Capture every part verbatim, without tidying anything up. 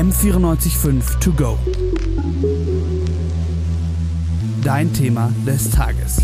M vierundneunzig Komma fünf To Go. Dein Thema des Tages.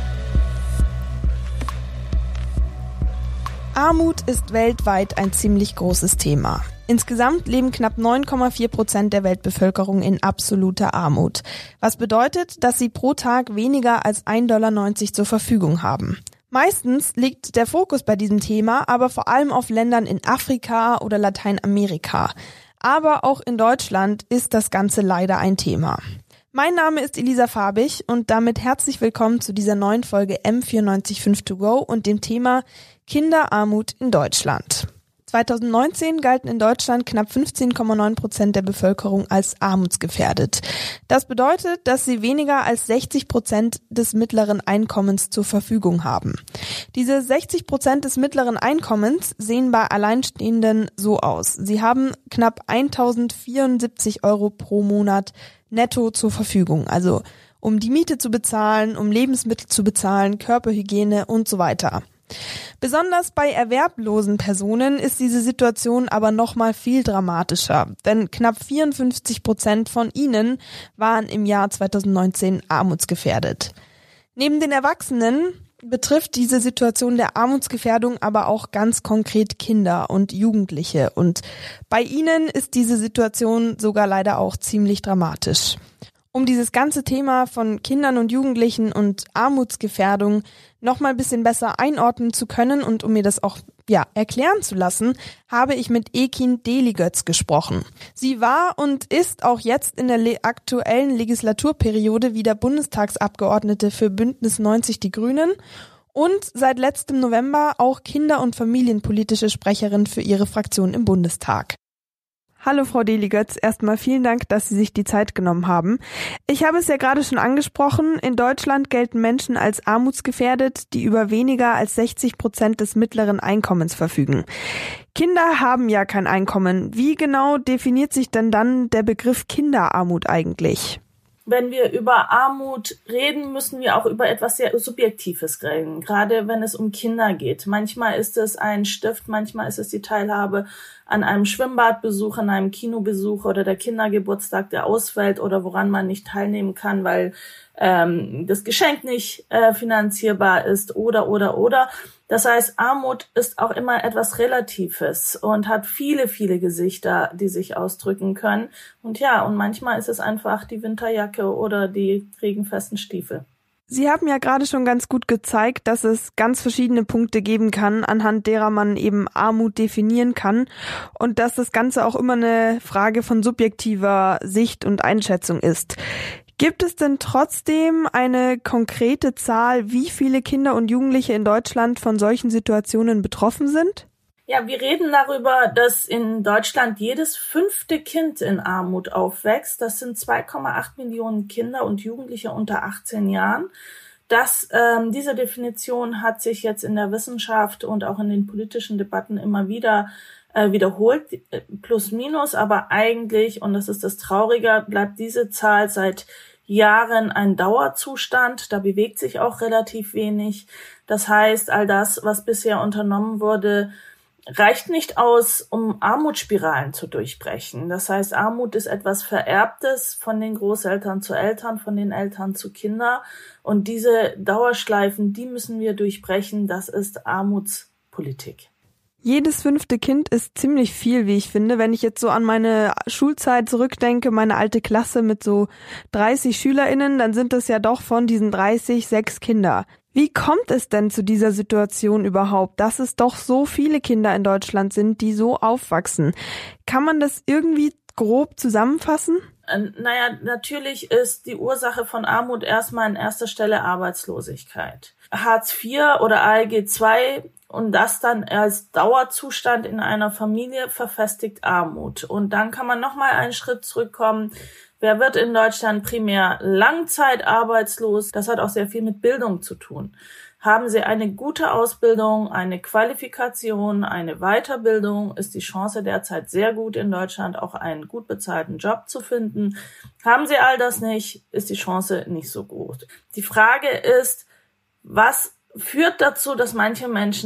Armut ist weltweit ein ziemlich großes Thema. Insgesamt leben knapp neun Komma vier Prozent der Weltbevölkerung in absoluter Armut. Was bedeutet, dass sie pro Tag weniger als ein Komma neunzig Dollar zur Verfügung haben. Meistens liegt der Fokus bei diesem Thema aber vor allem auf Ländern in Afrika oder Lateinamerika. Aber auch in Deutschland ist das Ganze leider ein Thema. Mein Name ist Elisa Farbig und damit herzlich willkommen zu dieser neuen Folge M vierundneunzig Komma fünf To Go und dem Thema Kinderarmut in Deutschland. zwanzig neunzehn galten in Deutschland knapp fünfzehn Komma neun Prozent der Bevölkerung als armutsgefährdet. Das bedeutet, dass sie weniger als sechzig Prozent des mittleren Einkommens zur Verfügung haben. Diese sechzig Prozent des mittleren Einkommens sehen bei Alleinstehenden so aus. Sie haben knapp eintausendvierundsiebzig Euro pro Monat netto zur Verfügung, also um die Miete zu bezahlen, um Lebensmittel zu bezahlen, Körperhygiene und so weiter. Besonders bei erwerblosen Personen ist diese Situation aber noch mal viel dramatischer, denn knapp vierundfünfzig Prozent von ihnen waren im Jahr zwanzig neunzehn armutsgefährdet. Neben den Erwachsenen betrifft diese Situation der Armutsgefährdung aber auch ganz konkret Kinder und Jugendliche und bei ihnen ist diese Situation sogar leider auch ziemlich dramatisch. Um dieses ganze Thema von Kindern und Jugendlichen und Armutsgefährdung noch mal ein bisschen besser einordnen zu können und um mir das auch ja erklären zu lassen, habe ich mit Ekin Deligöz gesprochen. Sie war und ist auch jetzt in der le- aktuellen Legislaturperiode wieder Bundestagsabgeordnete für Bündnis neunzig Die Grünen und seit letztem November auch kinder- und familienpolitische Sprecherin für ihre Fraktion im Bundestag. Hallo Frau Deligöz, erstmal vielen Dank, dass Sie sich die Zeit genommen haben. Ich habe es ja gerade schon angesprochen, in Deutschland gelten Menschen als armutsgefährdet, die über weniger als sechzig Prozent des mittleren Einkommens verfügen. Kinder haben ja kein Einkommen. Wie genau definiert sich denn dann der Begriff Kinderarmut eigentlich? Wenn wir über Armut reden, müssen wir auch über etwas sehr Subjektives reden, gerade wenn es um Kinder geht. Manchmal ist es ein Stift, manchmal ist es die Teilhabe an einem Schwimmbadbesuch, an einem Kinobesuch oder der Kindergeburtstag, der ausfällt oder woran man nicht teilnehmen kann, weil ähm, das Geschenk nicht äh, finanzierbar ist oder, oder, oder. Das heißt, Armut ist auch immer etwas Relatives und hat viele, viele Gesichter, die sich ausdrücken können. Und ja, und manchmal ist es einfach die Winterjacke oder die regenfesten Stiefel. Sie haben ja gerade schon ganz gut gezeigt, dass es ganz verschiedene Punkte geben kann, anhand derer man eben Armut definieren kann und dass das Ganze auch immer eine Frage von subjektiver Sicht und Einschätzung ist. Gibt es denn trotzdem eine konkrete Zahl, wie viele Kinder und Jugendliche in Deutschland von solchen Situationen betroffen sind? Ja, wir reden darüber, dass in Deutschland jedes fünfte Kind in Armut aufwächst. Das sind zwei Komma acht Millionen Kinder und Jugendliche unter achtzehn Jahren. Das, ähm, diese Definition hat sich jetzt in der Wissenschaft und auch in den politischen Debatten immer wieder äh, wiederholt, plus minus. Aber eigentlich, und das ist das Traurige, bleibt diese Zahl seit Jahren ein Dauerzustand. Da bewegt sich auch relativ wenig. Das heißt, all das, was bisher unternommen wurde, reicht nicht aus, um Armutsspiralen zu durchbrechen. Das heißt, Armut ist etwas Vererbtes von den Großeltern zu Eltern, von den Eltern zu Kindern. Und diese Dauerschleifen, die müssen wir durchbrechen. Das ist Armutspolitik. Jedes fünfte Kind ist ziemlich viel, wie ich finde. Wenn ich jetzt so an meine Schulzeit zurückdenke, meine alte Klasse mit so dreißig SchülerInnen, dann sind das ja doch von diesen dreißig sechs Kinder. Wie kommt es denn zu dieser Situation überhaupt, dass es doch so viele Kinder in Deutschland sind, die so aufwachsen? Kann man das irgendwie grob zusammenfassen? Naja, natürlich ist die Ursache von Armut erstmal an erster Stelle Arbeitslosigkeit. Hartz vier oder A L G zwei und das dann als Dauerzustand in einer Familie verfestigt Armut. Und dann kann man nochmal einen Schritt zurückkommen. Wer wird in Deutschland primär langzeitarbeitslos? Das hat auch sehr viel mit Bildung zu tun. Haben Sie eine gute Ausbildung, eine Qualifikation, eine Weiterbildung, ist die Chance derzeit sehr gut in Deutschland, auch einen gut bezahlten Job zu finden. Haben Sie all das nicht, ist die Chance nicht so gut. Die Frage ist, was führt dazu, dass manche Menschen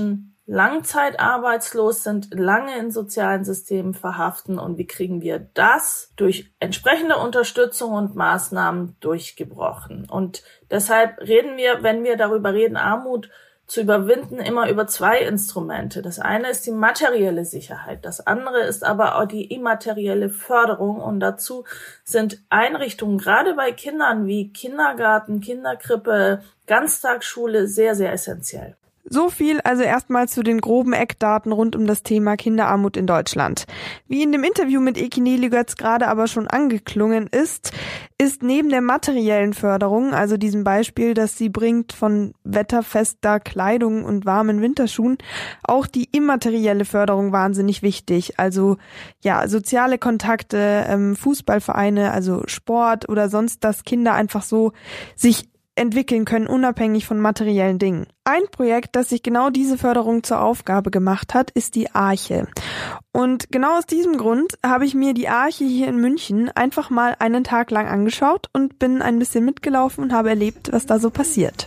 langzeitarbeitslos sind, lange in sozialen Systemen verhaften und wie kriegen wir das durch entsprechende Unterstützung und Maßnahmen durchgebrochen. Und deshalb reden wir, wenn wir darüber reden, Armut zu überwinden, immer über zwei Instrumente. Das eine ist die materielle Sicherheit, das andere ist aber auch die immaterielle Förderung und dazu sind Einrichtungen, gerade bei Kindern wie Kindergarten, Kinderkrippe, Ganztagsschule sehr, sehr essentiell. So viel also erstmal zu den groben Eckdaten rund um das Thema Kinderarmut in Deutschland. Wie in dem Interview mit Eki Nelügöz gerade aber schon angeklungen ist, ist neben der materiellen Förderung, also diesem Beispiel, das sie bringt von wetterfester Kleidung und warmen Winterschuhen, auch die immaterielle Förderung wahnsinnig wichtig. Also ja, soziale Kontakte, ähm, Fußballvereine, also Sport oder sonst, dass Kinder einfach so sich entwickeln können, unabhängig von materiellen Dingen. Ein Projekt, das sich genau diese Förderung zur Aufgabe gemacht hat, ist die Arche. Und genau aus diesem Grund habe ich mir die Arche hier in München einfach mal einen Tag lang angeschaut und bin ein bisschen mitgelaufen und habe erlebt, was da so passiert.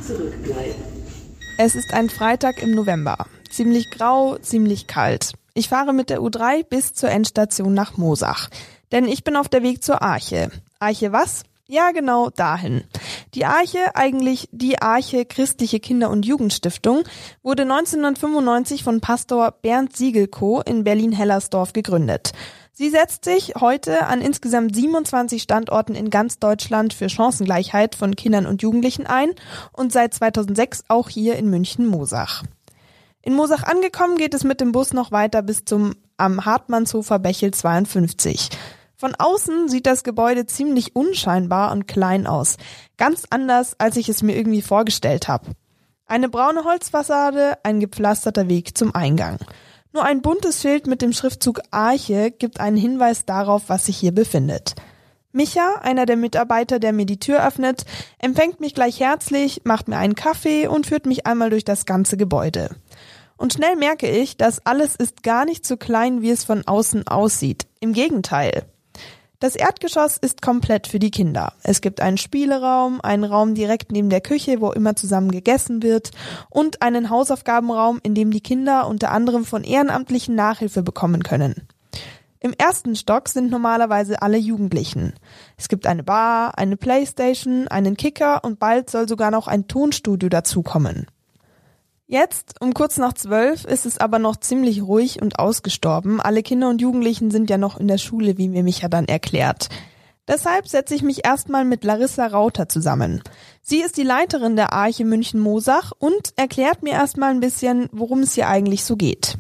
Es ist ein Freitag im November. Ziemlich grau, ziemlich kalt. Ich fahre mit der U drei bis zur Endstation nach Moosach. Denn ich bin auf der Weg zur Arche. Arche was? Ja, genau dahin. Die Arche, eigentlich die Arche Christliche Kinder- und Jugendstiftung, wurde neunzehnhundertfünfundneunzig von Pastor Bernd Siegelko in Berlin-Hellersdorf gegründet. Sie setzt sich heute an insgesamt siebenundzwanzig Standorten in ganz Deutschland für Chancengleichheit von Kindern und Jugendlichen ein und seit zweitausendsechs auch hier in München-Moosach. In Moosach angekommen geht es mit dem Bus noch weiter bis zum am Hartmannshofer Bächel zweiundfünfzig. Von außen sieht das Gebäude ziemlich unscheinbar und klein aus. Ganz anders, als ich es mir irgendwie vorgestellt habe. Eine braune Holzfassade, ein gepflasterter Weg zum Eingang. Nur ein buntes Schild mit dem Schriftzug Arche gibt einen Hinweis darauf, was sich hier befindet. Micha, einer der Mitarbeiter, der mir die Tür öffnet, empfängt mich gleich herzlich, macht mir einen Kaffee und führt mich einmal durch das ganze Gebäude. Und schnell merke ich, dass alles ist gar nicht so klein, wie es von außen aussieht. Im Gegenteil. Das Erdgeschoss ist komplett für die Kinder. Es gibt einen Spieleraum, einen Raum direkt neben der Küche, wo immer zusammen gegessen wird und einen Hausaufgabenraum, in dem die Kinder unter anderem von Ehrenamtlichen Nachhilfe bekommen können. Im ersten Stock sind normalerweise alle Jugendlichen. Es gibt eine Bar, eine Playstation, einen Kicker und bald soll sogar noch ein Tonstudio dazukommen. Jetzt, um kurz nach zwölf, ist es aber noch ziemlich ruhig und ausgestorben. Alle Kinder und Jugendlichen sind ja noch in der Schule, wie mir Micha dann erklärt. Deshalb setze ich mich erstmal mit Larissa Rauter zusammen. Sie ist die Leiterin der Arche München-Moosach und erklärt mir erstmal ein bisschen, worum es hier eigentlich so geht.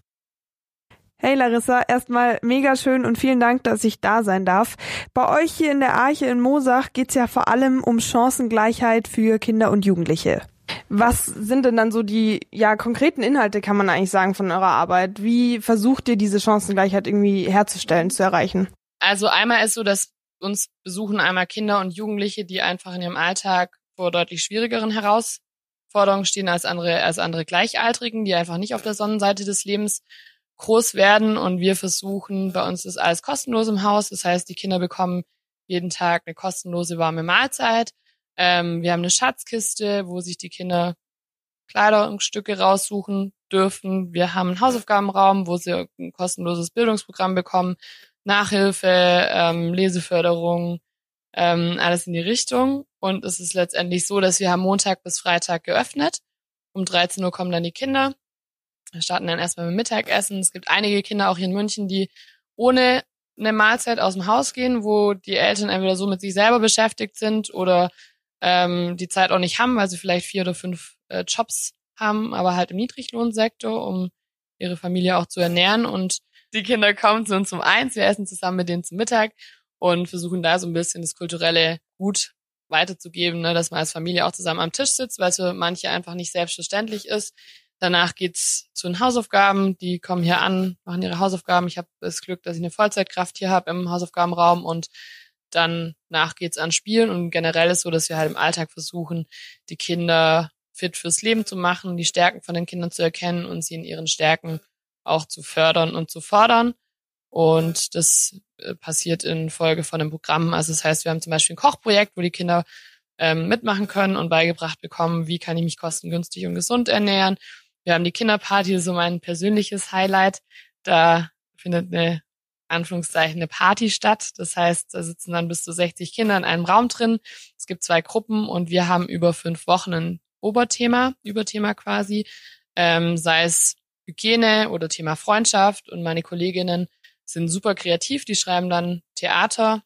Hey Larissa, erstmal mega schön und vielen Dank, dass ich da sein darf. Bei euch hier in der Arche in Moosach geht's ja vor allem um Chancengleichheit für Kinder und Jugendliche. Was sind denn dann so die ja konkreten Inhalte, kann man eigentlich sagen, von eurer Arbeit? Wie versucht ihr diese Chancengleichheit irgendwie herzustellen, zu erreichen? Also einmal ist so, dass uns besuchen einmal Kinder und Jugendliche, die einfach in ihrem Alltag vor deutlich schwierigeren Herausforderungen stehen als andere, als andere Gleichaltrigen, die einfach nicht auf der Sonnenseite des Lebens groß werden. Und wir versuchen, bei uns ist alles kostenlos im Haus. Das heißt, die Kinder bekommen jeden Tag eine kostenlose warme Mahlzeit. Ähm, wir haben eine Schatzkiste, wo sich die Kinder Kleidungsstücke raussuchen dürfen. Wir haben einen Hausaufgabenraum, wo sie ein kostenloses Bildungsprogramm bekommen, Nachhilfe, ähm, Leseförderung, ähm, alles in die Richtung. Und es ist letztendlich so, dass wir haben Montag bis Freitag geöffnet. Um dreizehn Uhr kommen dann die Kinder. Wir starten dann erstmal mit Mittagessen. Es gibt einige Kinder auch hier in München, die ohne eine Mahlzeit aus dem Haus gehen, wo die Eltern entweder so mit sich selber beschäftigt sind oder ähm, die Zeit auch nicht haben, weil sie vielleicht vier oder fünf äh, Jobs haben, aber halt im Niedriglohnsektor, um ihre Familie auch zu ernähren. Und die Kinder kommen zu uns zum Eins, wir essen zusammen mit denen zum Mittag und versuchen da so ein bisschen das kulturelle Gut weiterzugeben, ne, dass man als Familie auch zusammen am Tisch sitzt, weil es für manche einfach nicht selbstverständlich ist. Danach geht's zu den Hausaufgaben, die kommen hier an, machen ihre Hausaufgaben. Ich habe das Glück, dass ich eine Vollzeitkraft hier habe im Hausaufgabenraum und dann nach geht's an Spielen und generell ist so, dass wir halt im Alltag versuchen, die Kinder fit fürs Leben zu machen, die Stärken von den Kindern zu erkennen und sie in ihren Stärken auch zu fördern und zu fordern. Und das passiert in Folge von einem Programm. Also das heißt, wir haben zum Beispiel ein Kochprojekt, wo die Kinder ähm, mitmachen können und beigebracht bekommen, wie kann ich mich kostengünstig und gesund ernähren. Wir haben die Kinderparty, so mein persönliches Highlight. Da findet eine, Anführungszeichen, eine Party statt. Das heißt, da sitzen dann bis zu sechzig Kinder in einem Raum drin. Es gibt zwei Gruppen und wir haben über fünf Wochen ein Oberthema, Überthema quasi, ähm, sei es Hygiene oder Thema Freundschaft. Und meine Kolleginnen sind super kreativ, die schreiben dann Theaterstücke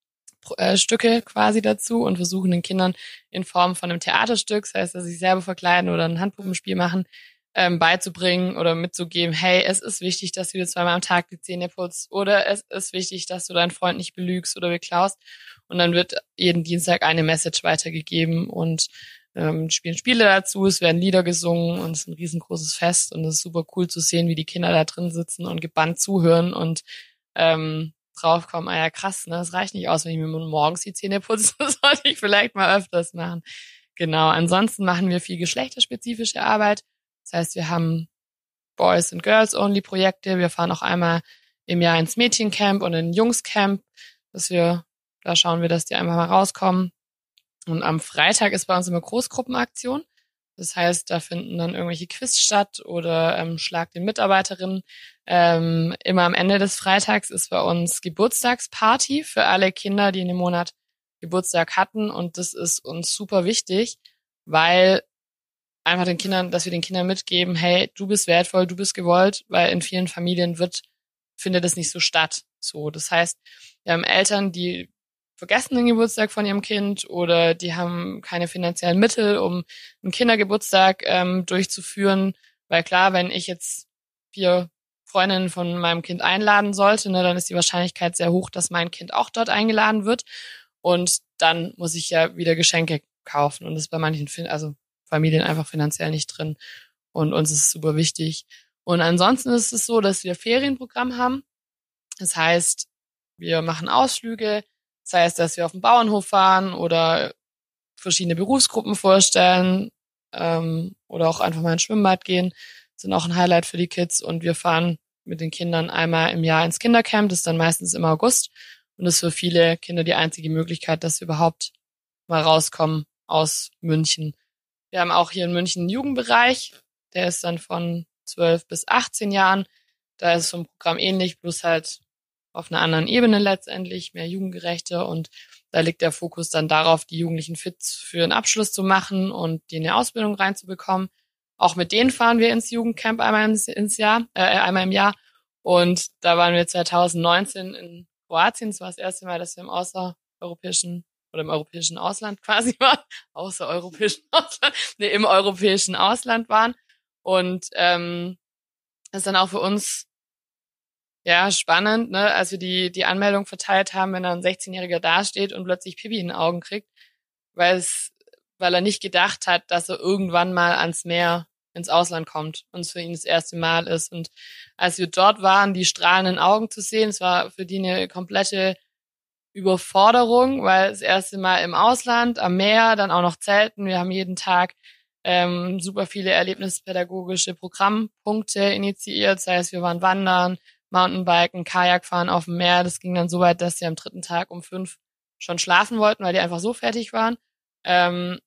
äh, quasi dazu und versuchen den Kindern in Form von einem Theaterstück, das heißt, dass sie sich selber verkleiden oder ein Handpuppenspiel machen, ähm, beizubringen oder mitzugeben, hey, es ist wichtig, dass du dir zweimal am Tag die Zähne putzt oder es ist wichtig, dass du deinen Freund nicht belügst oder beklaust. Und dann wird jeden Dienstag eine Message weitergegeben und ähm, spielen Spiele dazu, es werden Lieder gesungen und es ist ein riesengroßes Fest und es ist super cool zu sehen, wie die Kinder da drin sitzen und gebannt zuhören und ähm, draufkommen, ah ja krass, ne, das reicht nicht aus, wenn ich mir morgens die Zähne putze, das sollte ich vielleicht mal öfters machen. Genau, ansonsten machen wir viel geschlechterspezifische Arbeit. Das heißt, wir haben Boys- and Girls-Only-Projekte. Wir fahren auch einmal im Jahr ins Mädchencamp und in ein Jungscamp, dass wir, da schauen wir, dass die einfach mal rauskommen. Und am Freitag ist bei uns immer Großgruppenaktion. Das heißt, da finden dann irgendwelche Quiz statt oder ähm, Schlag den Mitarbeiterinnen. Ähm, immer am Ende des Freitags ist bei uns Geburtstagsparty für alle Kinder, die in dem Monat Geburtstag hatten. Und das ist uns super wichtig, weil einfach den Kindern, dass wir den Kindern mitgeben, hey, du bist wertvoll, du bist gewollt, weil in vielen Familien wird, findet es nicht so statt. So, das heißt, wir haben Eltern, die vergessen den Geburtstag von ihrem Kind oder die haben keine finanziellen Mittel, um einen Kindergeburtstag ähm, durchzuführen, weil klar, wenn ich jetzt vier Freundinnen von meinem Kind einladen sollte, ne, dann ist die Wahrscheinlichkeit sehr hoch, dass mein Kind auch dort eingeladen wird und dann muss ich ja wieder Geschenke kaufen und das ist bei manchen, also Familien einfach finanziell nicht drin. Und uns ist es super wichtig. Und ansonsten ist es so, dass wir Ferienprogramm haben. Das heißt, wir machen Ausflüge. Das heißt, dass wir auf den Bauernhof fahren oder verschiedene Berufsgruppen vorstellen ähm, oder auch einfach mal ins Schwimmbad gehen. Das sind auch ein Highlight für die Kids. Und wir fahren mit den Kindern einmal im Jahr ins Kindercamp. Das ist dann meistens im August. Und das ist für viele Kinder die einzige Möglichkeit, dass sie überhaupt mal rauskommen aus München. Wir haben auch hier in München einen Jugendbereich, der ist dann von zwölf bis achtzehn Jahren. Da ist so ein Programm ähnlich, bloß halt auf einer anderen Ebene letztendlich, mehr jugendgerechter. Und da liegt der Fokus dann darauf, die Jugendlichen fit für einen Abschluss zu machen und die in eine Ausbildung reinzubekommen. Auch mit denen fahren wir ins Jugendcamp einmal ins, ins Jahr, äh, einmal im Jahr. Und da waren wir zwanzig neunzehn in Kroatien. Das war das erste Mal, dass wir im außereuropäischen oder im europäischen Ausland quasi waren, außereuropäischen Ausland, nee, im europäischen Ausland waren. Und ähm, das ist dann auch für uns ja spannend, ne, als wir die die Anmeldung verteilt haben, wenn dann ein sechzehnjähriger dasteht und plötzlich Pipi in den Augen kriegt, weil es, weil er nicht gedacht hat, dass er irgendwann mal ans Meer ins Ausland kommt und es für ihn das erste Mal ist. Und als wir dort waren, die strahlenden Augen zu sehen, es war für die eine komplette Überforderung, weil das erste Mal im Ausland, am Meer, dann auch noch Zelten. Wir haben jeden Tag ähm, super viele erlebnispädagogische Programmpunkte initiiert. Das heißt, wir waren wandern, Mountainbiken, Kajakfahren auf dem Meer. Das ging dann so weit, dass sie am dritten Tag um fünf schon schlafen wollten, weil die einfach so fertig waren. Ähm,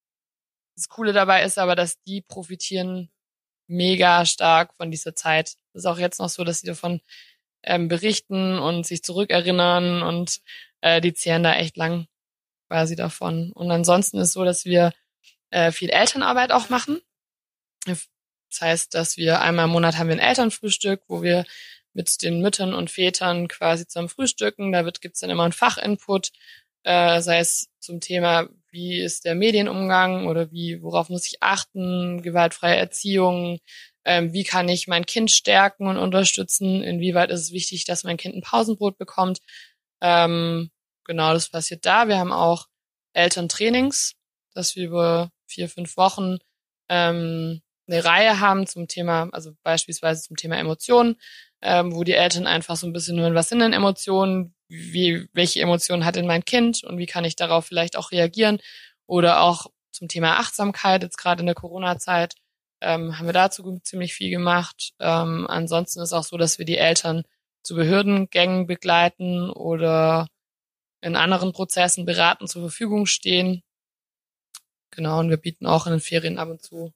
das Coole dabei ist aber, dass die profitieren mega stark von dieser Zeit. Das ist auch jetzt noch so, dass sie davon ähm, berichten und sich zurückerinnern und äh, die zehren da echt lang quasi davon. Und ansonsten ist so, dass wir äh, viel Elternarbeit auch machen. Das heißt, dass wir einmal im Monat haben wir ein Elternfrühstück, wo wir mit den Müttern und Vätern quasi zusammen frühstücken. Da wird gibt's dann immer einen Fachinput, äh, sei es zum Thema, wie ist der Medienumgang oder wie, worauf muss ich achten, gewaltfreie Erziehung, ähm, wie kann ich mein Kind stärken und unterstützen, inwieweit ist es wichtig, dass mein Kind ein Pausenbrot bekommt. Ähm, genau, das passiert da. Wir haben auch Elterntrainings, dass wir über vier, fünf Wochen ähm, eine Reihe haben zum Thema, also beispielsweise zum Thema Emotionen, ähm, wo die Eltern einfach so ein bisschen hören, was sind denn Emotionen, wie, welche Emotionen hat denn mein Kind und wie kann ich darauf vielleicht auch reagieren, oder auch zum Thema Achtsamkeit, jetzt gerade in der Corona-Zeit, ähm, haben wir dazu ziemlich viel gemacht. Ähm, ansonsten ist auch so, dass wir die Eltern zu Behördengängen begleiten oder in anderen Prozessen beraten zur Verfügung stehen. Genau, und wir bieten auch in den Ferien ab und zu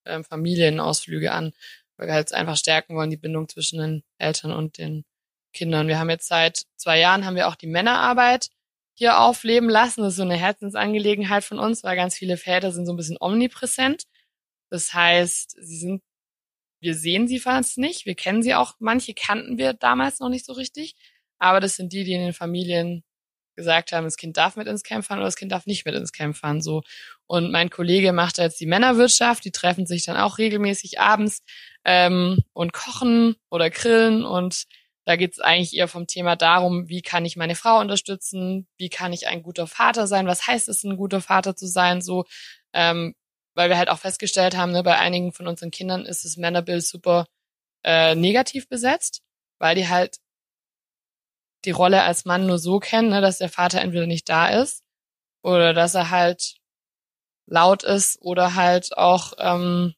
ähm, Familienausflüge an, weil wir halt einfach stärken wollen, die Bindung zwischen den Eltern und den Kindern. Wir haben jetzt seit zwei Jahren haben wir auch die Männerarbeit hier aufleben lassen. Das ist so eine Herzensangelegenheit von uns, weil ganz viele Väter sind so ein bisschen omnipräsent. Das heißt, sie sind, wir sehen sie fast nicht, wir kennen sie auch, manche kannten wir damals noch nicht so richtig, aber das sind die, die in den Familien gesagt haben, das Kind darf mit ins Camp fahren oder das Kind darf nicht mit ins Camp fahren, so. Und mein Kollege macht da jetzt die Männerwirtschaft, die treffen sich dann auch regelmäßig abends ähm, und kochen oder grillen, und da geht's eigentlich eher vom Thema darum, wie kann ich meine Frau unterstützen, wie kann ich ein guter Vater sein, was heißt es, ein guter Vater zu sein, so, ähm, weil wir halt auch festgestellt haben, ne, bei einigen von unseren Kindern ist das Männerbild super äh, negativ besetzt, weil die halt die Rolle als Mann nur so kennen, ne, dass der Vater entweder nicht da ist oder dass er halt laut ist oder halt auch ähm,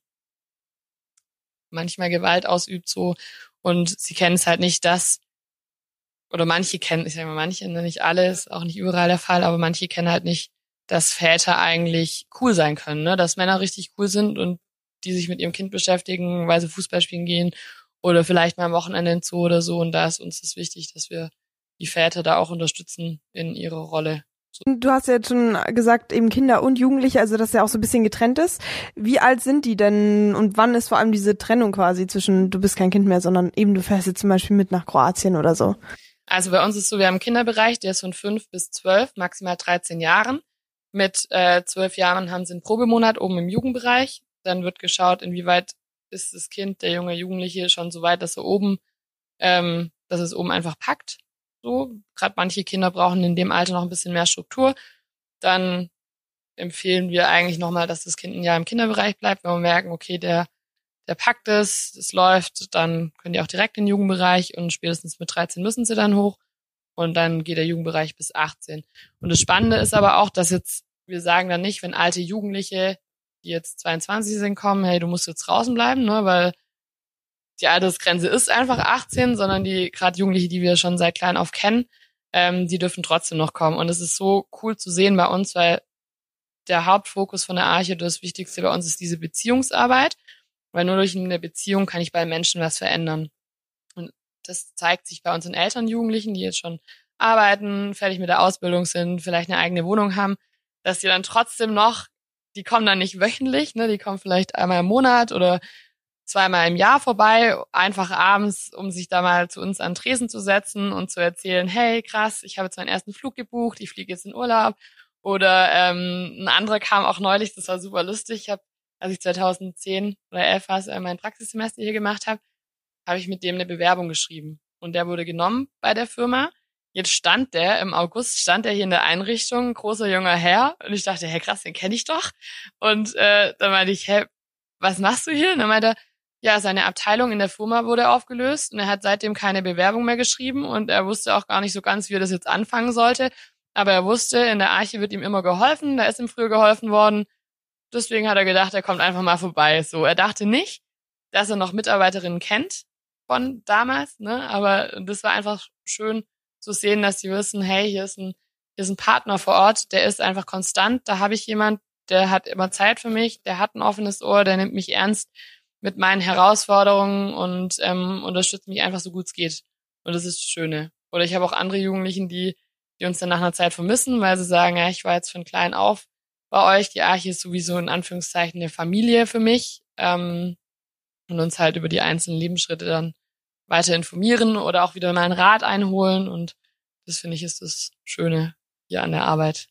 manchmal Gewalt ausübt, so. Und sie kennen es halt nicht, dass, oder manche kennen, ich sage mal manche, nicht alle, ist auch nicht überall der Fall, aber manche kennen halt nicht, dass Väter eigentlich cool sein können, ne? Dass Männer richtig cool sind und die sich mit ihrem Kind beschäftigen, weil sie Fußball spielen gehen oder vielleicht mal am Wochenende in den Zoo oder so. Und da ist uns das wichtig, dass wir die Väter da auch unterstützen in ihrer Rolle. So. Du hast ja jetzt schon gesagt, eben Kinder und Jugendliche, also dass ja auch so ein bisschen getrennt ist. Wie alt sind die denn und wann ist vor allem diese Trennung quasi zwischen, du bist kein Kind mehr, sondern eben du fährst jetzt zum Beispiel mit nach Kroatien oder so? Also bei uns ist so, wir haben einen Kinderbereich, der ist von fünf bis zwölf, maximal dreizehn Jahren. Mit äh, zwölf Jahren haben sie einen Probemonat oben im Jugendbereich. Dann wird geschaut, inwieweit ist das Kind, der junge Jugendliche, schon so weit, dass er oben, ähm, dass es oben einfach packt. So, gerade manche Kinder brauchen in dem Alter noch ein bisschen mehr Struktur. Dann empfehlen wir eigentlich nochmal, dass das Kind ein Jahr im Kinderbereich bleibt. Wenn wir merken, okay, der der packt es, es läuft, dann können die auch direkt in den Jugendbereich und spätestens mit dreizehn müssen sie dann hoch. Und dann geht der Jugendbereich bis achtzehn. Und das Spannende ist aber auch, dass jetzt, wir sagen dann nicht, wenn alte Jugendliche, die jetzt zweiundzwanzig sind, kommen, hey, du musst jetzt draußen bleiben, ne, weil die Altersgrenze ist einfach achtzehn, sondern die gerade Jugendliche, die wir schon seit klein auf kennen, ähm, die dürfen trotzdem noch kommen. Und es ist so cool zu sehen bei uns, weil der Hauptfokus von der Arche, das Wichtigste bei uns ist diese Beziehungsarbeit, weil nur durch eine Beziehung kann ich bei Menschen was verändern. Und das zeigt sich bei unseren Eltern, Jugendlichen, die jetzt schon arbeiten, fertig mit der Ausbildung sind, vielleicht eine eigene Wohnung haben, dass die dann trotzdem noch, die kommen dann nicht wöchentlich, ne, die kommen vielleicht einmal im Monat oder zweimal im Jahr vorbei, einfach abends, um sich da mal zu uns an den Tresen zu setzen und zu erzählen, hey, krass, ich habe jetzt meinen ersten Flug gebucht, ich fliege jetzt in Urlaub. Oder ähm, ein anderer kam auch neulich, das war super lustig, ich habe, als ich zweitausendzehn oder elf war, mein Praxissemester hier gemacht habe, habe ich mit dem eine Bewerbung geschrieben. Und der wurde genommen bei der Firma. Jetzt stand der, im August stand er hier in der Einrichtung, großer junger Herr. Und ich dachte, hey krass, den kenne ich doch. Und äh, dann meinte ich, hey, was machst du hier? Und dann meinte er, ja, seine Abteilung in der Firma wurde aufgelöst und er hat seitdem keine Bewerbung mehr geschrieben und er wusste auch gar nicht so ganz, wie er das jetzt anfangen sollte. Aber er wusste, in der Arche wird ihm immer geholfen, da ist ihm früher geholfen worden. Deswegen hat er gedacht, er kommt einfach mal vorbei. So, er dachte nicht, dass er noch Mitarbeiterinnen kennt von damals, ne? Aber das war einfach schön zu sehen, dass sie wissen, hey, hier ist ein, hier ist ein Partner vor Ort, der ist einfach konstant. Da habe ich jemand, der hat immer Zeit für mich, der hat ein offenes Ohr, der nimmt mich ernst mit meinen Herausforderungen und ähm, unterstützt mich einfach so gut es geht. Und das ist das Schöne. Oder ich habe auch andere Jugendlichen, die die uns dann nach einer Zeit vermissen, weil sie sagen, ja, ich war jetzt von klein auf bei euch, die Arche ist sowieso in Anführungszeichen eine Familie für mich, ähm, und uns halt über die einzelnen Lebensschritte dann weiter informieren oder auch wieder mal einen Rat einholen, und das finde ich ist das Schöne hier an der Arbeit.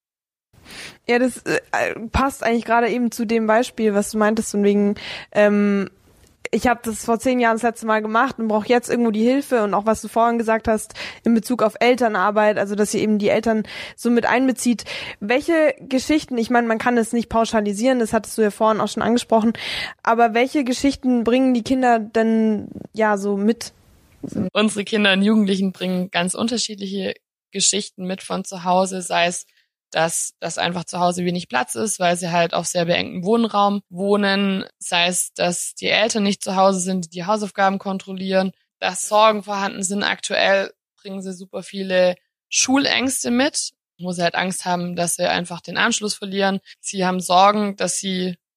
Ja, das äh, passt eigentlich gerade eben zu dem Beispiel, was du meintest, von wegen, ähm, ich habe das vor zehn Jahren das letzte Mal gemacht und brauche jetzt irgendwo die Hilfe, und auch was du vorhin gesagt hast in Bezug auf Elternarbeit, also dass ihr eben die Eltern so mit einbezieht. Welche Geschichten, ich meine, man kann es nicht pauschalisieren, das hattest du ja vorhin auch schon angesprochen, aber welche Geschichten bringen die Kinder denn ja so mit? Unsere Kinder und Jugendlichen bringen ganz unterschiedliche Geschichten mit von zu Hause, sei es dass dass einfach zu Hause wenig Platz ist, weil sie halt auf sehr beengtem Wohnraum wohnen, sei es, dass die Eltern nicht zu Hause sind, die die Hausaufgaben kontrollieren, dass Sorgen vorhanden sind. Aktuell bringen sie super viele Schulängste mit, wo sie halt Angst haben, dass sie einfach den Anschluss verlieren. Sie haben Sorgen, dass sie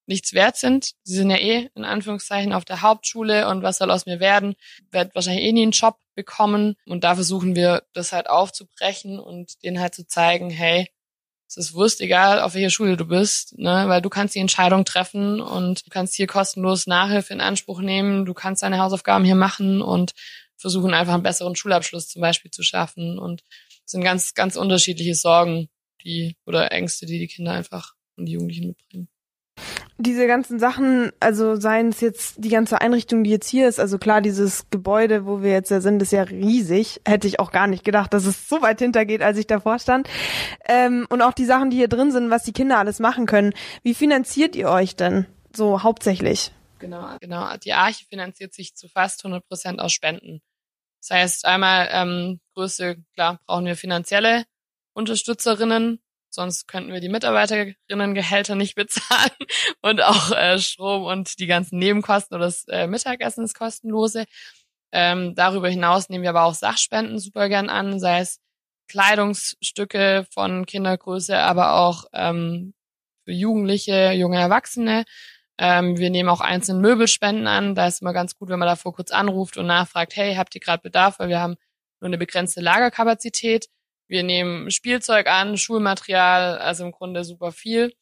nichts wert sind. Sie sind ja eh in Anführungszeichen auf der Hauptschule und was soll aus mir werden? Werd wahrscheinlich eh nie einen Job bekommen. Und da versuchen wir, das halt aufzubrechen und denen halt zu zeigen, hey, es ist wurscht, egal auf welcher Schule du bist, ne, weil du kannst die Entscheidung treffen und du kannst hier kostenlos Nachhilfe in Anspruch nehmen, du kannst deine Hausaufgaben hier machen und versuchen einfach einen besseren Schulabschluss zum Beispiel zu schaffen. Und es sind ganz, ganz unterschiedliche Sorgen, die oder Ängste, die die Kinder einfach und die Jugendlichen mitbringen. Diese ganzen Sachen, also seien es jetzt die ganze Einrichtung, die jetzt hier ist, also klar, dieses Gebäude, wo wir jetzt ja sind, ist ja riesig. Hätte ich auch gar nicht gedacht, dass es so weit hintergeht, als ich davor stand. Ähm, und auch die Sachen, die hier drin sind, was die Kinder alles machen können. Wie finanziert ihr euch denn so hauptsächlich? Genau, genau. Die Arche finanziert sich zu fast hundert Prozent aus Spenden. Das heißt, einmal ähm, Größe, klar, brauchen wir finanzielle Unterstützerinnen, sonst könnten wir die Mitarbeiterinnengehälter nicht bezahlen und auch äh, Strom und die ganzen Nebenkosten oder das äh, Mittagessen ist kostenlose. Ähm, darüber hinaus nehmen wir aber auch Sachspenden super gern an, sei es Kleidungsstücke von Kindergröße, aber auch ähm, für Jugendliche, junge Erwachsene. Ähm, wir nehmen auch einzelne Möbelspenden an. Da ist immer ganz gut, wenn man davor kurz anruft und nachfragt, hey, habt ihr gerade Bedarf? Weil wir haben nur eine begrenzte Lagerkapazität. Wir nehmen Spielzeug an, Schulmaterial, also im Grunde super viel.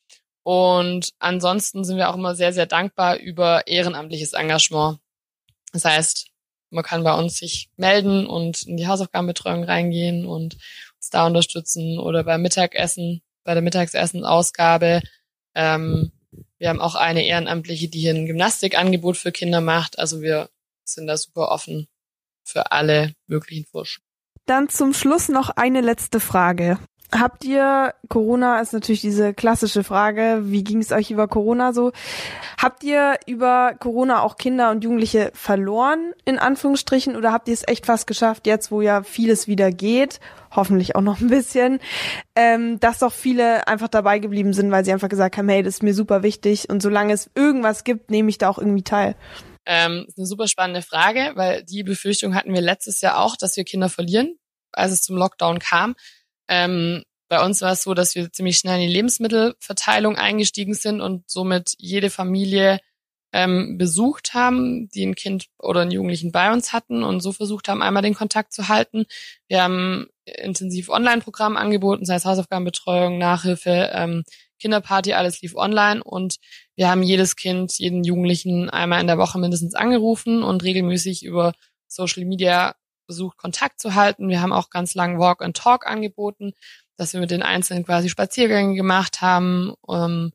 Und ansonsten sind wir auch immer sehr, sehr dankbar über ehrenamtliches Engagement. Das heißt, man kann bei uns sich melden und in die Hausaufgabenbetreuung reingehen und uns da unterstützen oder beim Mittagessen, bei der Mittagsessenausgabe. Ähm, wir haben auch eine Ehrenamtliche, die hier ein Gymnastikangebot für Kinder macht. Also wir sind da super offen für alle möglichen Vorschläge. Dann zum Schluss noch eine letzte Frage. Habt ihr, Corona ist natürlich diese klassische Frage, wie ging es euch über Corona so? Habt ihr über Corona auch Kinder und Jugendliche verloren, in Anführungsstrichen, oder habt ihr es echt fast geschafft, jetzt wo ja vieles wieder geht, hoffentlich auch noch ein bisschen, ähm, dass doch viele einfach dabei geblieben sind, weil sie einfach gesagt haben, hey, das ist mir super wichtig und solange es irgendwas gibt, nehme ich da auch irgendwie teil? Ähm, ist eine super spannende Frage, weil die Befürchtung hatten wir letztes Jahr auch, dass wir Kinder verlieren, als es zum Lockdown kam. Ähm, bei uns war es so, dass wir ziemlich schnell in die Lebensmittelverteilung eingestiegen sind und somit jede Familie ähm, besucht haben, die ein Kind oder einen Jugendlichen bei uns hatten und so versucht haben, einmal den Kontakt zu halten. Wir haben intensiv Online-Programm angeboten, sei es Hausaufgabenbetreuung, Nachhilfe, ähm, Kinderparty, alles lief online und wir haben jedes Kind, jeden Jugendlichen einmal in der Woche mindestens angerufen und regelmäßig über Social Media versucht, Kontakt zu halten. Wir haben auch ganz lang Walk and Talk angeboten, dass wir mit den Einzelnen quasi Spaziergänge gemacht haben. Um,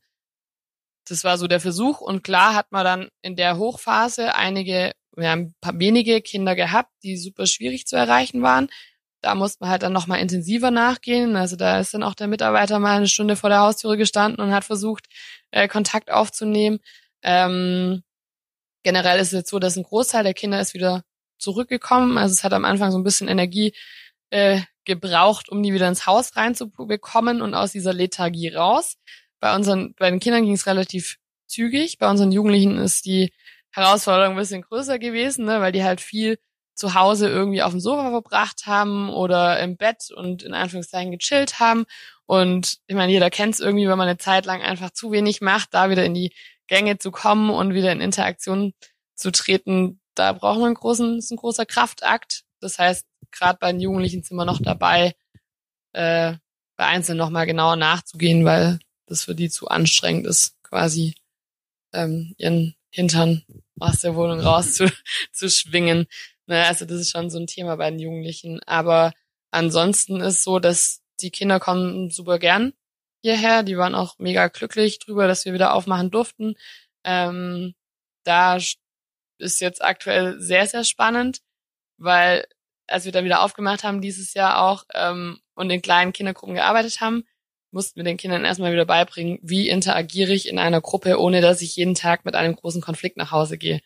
das war so der Versuch und klar hat man dann in der Hochphase einige, wir haben ein paar wenige Kinder gehabt, die super schwierig zu erreichen waren. Da musste man halt dann nochmal intensiver nachgehen. Also da ist dann auch der Mitarbeiter mal eine Stunde vor der Haustüre gestanden und hat versucht, äh, Kontakt aufzunehmen. Ähm, generell ist es jetzt so, dass ein Großteil der Kinder ist wieder zurückgekommen. Also es hat am Anfang so ein bisschen Energie äh, gebraucht, um die wieder ins Haus reinzubekommen und aus dieser Lethargie raus. Bei unseren, bei den Kindern ging es relativ zügig. Bei unseren Jugendlichen ist die Herausforderung ein bisschen größer gewesen, ne, weil die halt viel zu Hause irgendwie auf dem Sofa verbracht haben oder im Bett und in Anführungszeichen gechillt haben. Und ich meine, jeder kennt es irgendwie, wenn man eine Zeit lang einfach zu wenig macht, da wieder in die Gänge zu kommen und wieder in Interaktion zu treten. Da braucht man einen großen, ist ein großer Kraftakt. Das heißt, gerade bei den Jugendlichen sind wir noch dabei, äh, bei Einzelnen nochmal genauer nachzugehen, weil das für die zu anstrengend ist, quasi ähm, ihren Hintern aus der Wohnung raus zu, zu schwingen. Ne, also das ist schon so ein Thema bei den Jugendlichen. Aber ansonsten ist so, dass die Kinder kommen super gern hierher. Die waren auch mega glücklich drüber, dass wir wieder aufmachen durften. Ähm, da ist jetzt aktuell sehr, sehr spannend, weil als wir dann wieder aufgemacht haben dieses Jahr auch ähm, und in kleinen Kindergruppen gearbeitet haben, mussten wir den Kindern erstmal wieder beibringen, wie interagiere ich in einer Gruppe, ohne dass ich jeden Tag mit einem großen Konflikt nach Hause gehe.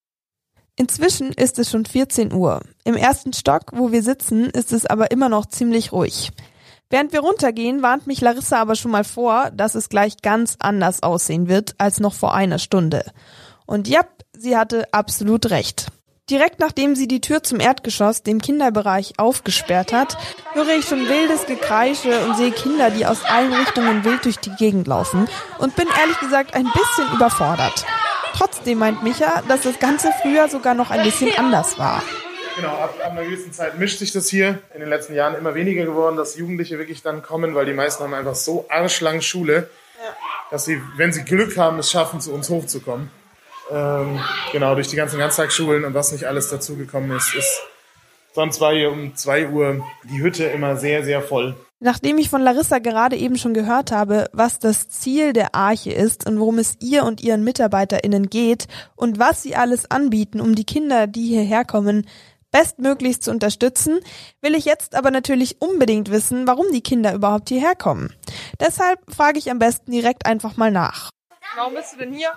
Inzwischen ist es schon vierzehn Uhr. Im ersten Stock, wo wir sitzen, ist es aber immer noch ziemlich ruhig. Während wir runtergehen, warnt mich Larissa aber schon mal vor, dass es gleich ganz anders aussehen wird als noch vor einer Stunde. Und ja, sie hatte absolut recht. Direkt nachdem sie die Tür zum Erdgeschoss, dem Kinderbereich, aufgesperrt hat, höre ich schon wildes Gekreische und sehe Kinder, die aus allen Richtungen wild durch die Gegend laufen und bin ehrlich gesagt ein bisschen überfordert. Trotzdem meint Micha, dass das Ganze früher sogar noch ein bisschen anders war. Genau, ab, ab einer gewissen Zeit mischt sich das hier. In den letzten Jahren immer weniger geworden, dass Jugendliche wirklich dann kommen, weil die meisten haben einfach so arschlang Schule, dass sie, wenn sie Glück haben, es schaffen, zu uns hochzukommen. Ähm, genau, durch die ganzen Ganztagsschulen und was nicht alles dazugekommen ist, ist sonst war hier um zwei Uhr die Hütte immer sehr, sehr voll. Nachdem ich von Larissa gerade eben schon gehört habe, was das Ziel der Arche ist und worum es ihr und ihren MitarbeiterInnen geht und was sie alles anbieten, um die Kinder, die hierher kommen, bestmöglichst zu unterstützen, will ich jetzt aber natürlich unbedingt wissen, warum die Kinder überhaupt hierher kommen. Deshalb frage ich am besten direkt einfach mal nach. Warum bist du denn hier?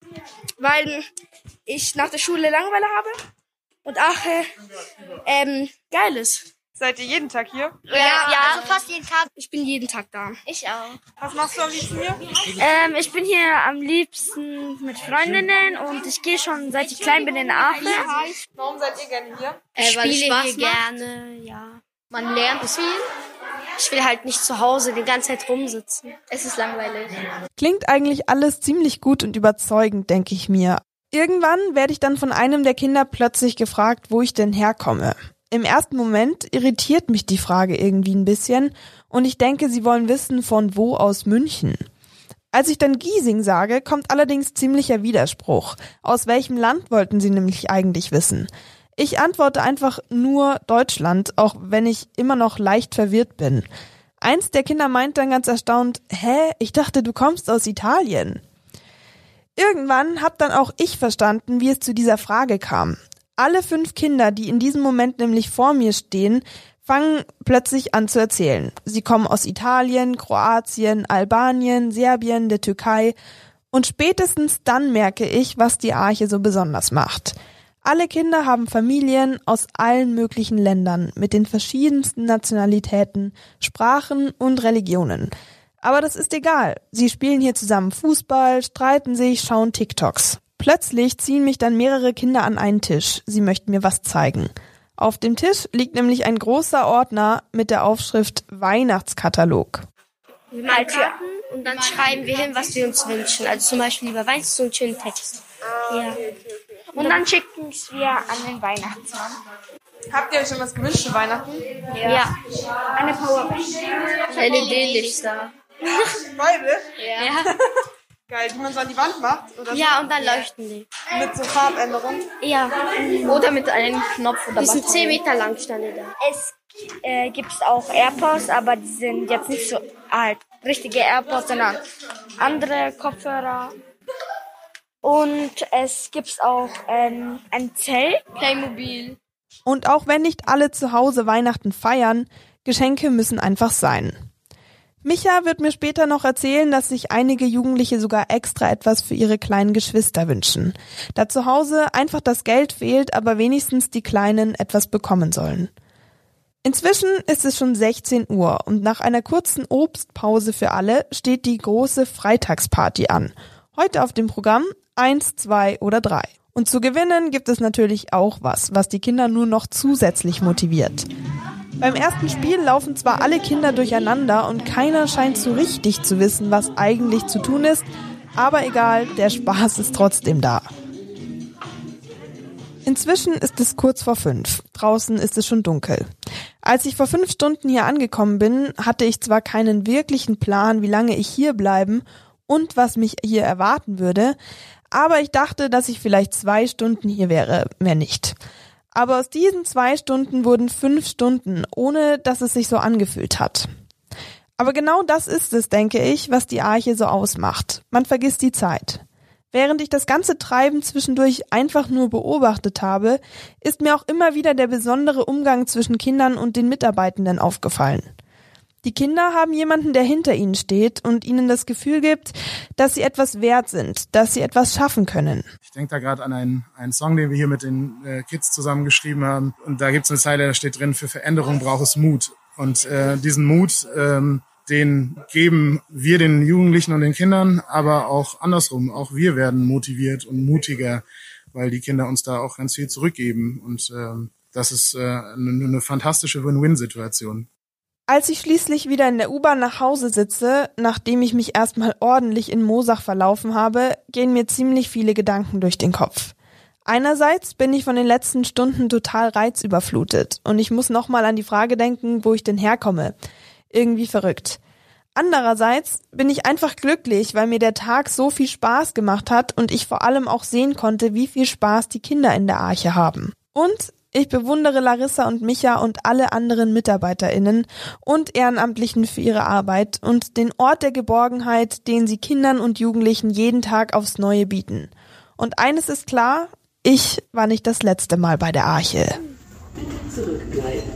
Weil ich nach der Schule Langeweile habe und Ache ähm, geil ist. Seid ihr jeden Tag hier? Ja, ja, also fast jeden Tag. Ich bin jeden Tag da. Ich auch. Was machst du am liebsten hier? Ähm, ich bin hier am liebsten mit Freundinnen und ich gehe schon seit ich klein bin in Aachen. Warum seid ihr gerne hier? Äh, Ich weil es spiele Spaß hier macht. gerne, ja. Man lernt viel. Ich will halt nicht zu Hause die ganze Zeit rumsitzen. Es ist langweilig. Klingt eigentlich alles ziemlich gut und überzeugend, denke ich mir. Irgendwann werde ich dann von einem der Kinder plötzlich gefragt, wo ich denn herkomme. Im ersten Moment irritiert mich die Frage irgendwie ein bisschen und ich denke, sie wollen wissen, von wo aus München. Als ich dann Giesing sage, kommt allerdings ziemlicher Widerspruch. Aus welchem Land wollten sie nämlich eigentlich wissen? Ich antworte einfach nur Deutschland, auch wenn ich immer noch leicht verwirrt bin. Eins der Kinder meint dann ganz erstaunt, hä, ich dachte, du kommst aus Italien. Irgendwann hab dann auch ich verstanden, wie es zu dieser Frage kam. Alle fünf Kinder, die in diesem Moment nämlich vor mir stehen, fangen plötzlich an zu erzählen. Sie kommen aus Italien, Kroatien, Albanien, Serbien, der Türkei und spätestens dann merke ich, was die Arche so besonders macht. Alle Kinder haben Familien aus allen möglichen Ländern mit den verschiedensten Nationalitäten, Sprachen und Religionen. Aber das ist egal. Sie spielen hier zusammen Fußball, streiten sich, schauen TikToks. Plötzlich ziehen mich dann mehrere Kinder an einen Tisch. Sie möchten mir was zeigen. Auf dem Tisch liegt nämlich ein großer Ordner mit der Aufschrift Weihnachtskatalog. Wir malen Karten und dann schreiben wir hin, was wir uns wünschen. Also zum Beispiel über Weihnachten so einen schönen Text. Ja. Und dann schicken wir an den Weihnachtsmann. Habt ihr euch schon was gewünscht für Weihnachten? Ja. ja. Eine Powerbank. L E D-Lichter. Beide? Ja. Geil, die man so an die Wand macht? Oder Ja, und dann leuchten die. mit so Farbänderungen? Ja. Oder mit einem Knopf oder Die sind Batterie. zehn Meter lang, stand die da. Es äh, gibt auch AirPods, aber die sind jetzt nicht so alt. Richtige AirPods, sondern andere Kopfhörer. Und es gibt auch ähm, ein Zelt. Playmobil. Und auch wenn nicht alle zu Hause Weihnachten feiern, Geschenke müssen einfach sein. Micha wird mir später noch erzählen, dass sich einige Jugendliche sogar extra etwas für ihre kleinen Geschwister wünschen. Da zu Hause einfach das Geld fehlt, aber wenigstens die Kleinen etwas bekommen sollen. Inzwischen ist es schon sechzehn Uhr und nach einer kurzen Obstpause für alle steht die große Freitagsparty an. Heute auf dem Programm eins, zwei oder drei. Und zu gewinnen gibt es natürlich auch was, was die Kinder nur noch zusätzlich motiviert. Beim ersten Spiel laufen zwar alle Kinder durcheinander und keiner scheint so richtig zu wissen, was eigentlich zu tun ist, aber egal, der Spaß ist trotzdem da. Inzwischen ist es kurz vor fünf. Draußen ist es schon dunkel. Als ich vor fünf Stunden hier angekommen bin, hatte ich zwar keinen wirklichen Plan, wie lange ich hier bleiben und was mich hier erwarten würde, aber ich dachte, dass ich vielleicht zwei Stunden hier wäre, mehr nicht. Aber aus diesen zwei Stunden wurden fünf Stunden, ohne dass es sich so angefühlt hat. Aber genau das ist es, denke ich, was die Arche so ausmacht. Man vergisst die Zeit. Während ich das ganze Treiben zwischendurch einfach nur beobachtet habe, ist mir auch immer wieder der besondere Umgang zwischen Kindern und den Mitarbeitenden aufgefallen. Die Kinder haben jemanden, der hinter ihnen steht und ihnen das Gefühl gibt, dass sie etwas wert sind, dass sie etwas schaffen können. Ich denke da gerade an einen, einen Song, den wir hier mit den äh, Kids zusammen geschrieben haben. Und da gibt es eine Zeile, da steht drin, für Veränderung braucht es Mut. Und äh, diesen Mut, ähm, den geben wir den Jugendlichen und den Kindern, aber auch andersrum. Auch wir werden motiviert und mutiger. weil die Kinder uns da auch ganz viel zurückgeben. Und ähm, das ist äh, eine, eine fantastische Win-Win-Situation. Als ich schließlich wieder in der U-Bahn nach Hause sitze, nachdem ich mich erstmal ordentlich in Moosach verlaufen habe, gehen mir ziemlich viele Gedanken durch den Kopf. Einerseits bin ich von den letzten Stunden total reizüberflutet und ich muss nochmal an die Frage denken, wo ich denn herkomme. Irgendwie verrückt. Andererseits bin ich einfach glücklich, weil mir der Tag so viel Spaß gemacht hat und ich vor allem auch sehen konnte, wie viel Spaß die Kinder in der Arche haben. Und ich bewundere Larissa und Micha und alle anderen MitarbeiterInnen und Ehrenamtlichen für ihre Arbeit und den Ort der Geborgenheit, den sie Kindern und Jugendlichen jeden Tag aufs Neue bieten. Und eines ist klar, ich war nicht das letzte Mal bei der Arche. Zurückbleiben.